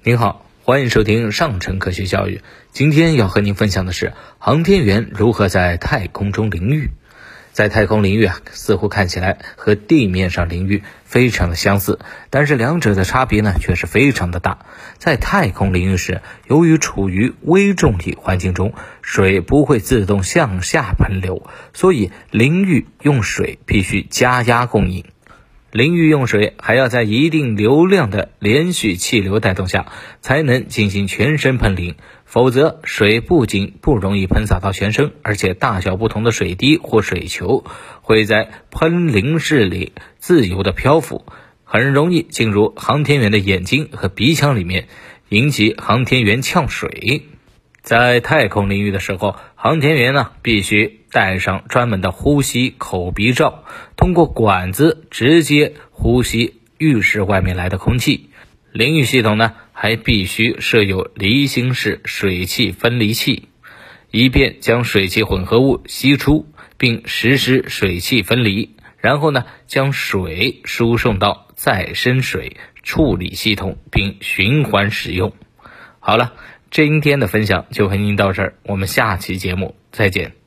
您好，欢迎收听上乘科学教育。今天要和您分享的是航天员如何在太空中淋浴。在太空淋浴似乎看起来和地面上淋浴非常的相似，但是两者的差别却是非常的大。在太空淋浴时，由于处于微重力环境中，水不会自动向下喷流，所以淋浴用水必须加压供应。淋浴用水还要在一定流量的连续气流带动下才能进行全身喷淋，否则水不仅不容易喷洒到全身，而且大小不同的水滴或水球会在喷淋室里自由的漂浮，很容易进入航天员的眼睛和鼻腔里面，引起航天员呛水。在太空淋浴的时候，航天员必须戴上专门的呼吸口鼻罩，通过管子直接呼吸浴室外面来的空气。淋浴系统还必须设有离心式水汽分离器，以便将水汽混合物吸出，并实施水汽分离，然后将水输送到再生水处理系统，并循环使用。好了，今天的分享就和您到这儿，我们下期节目再见。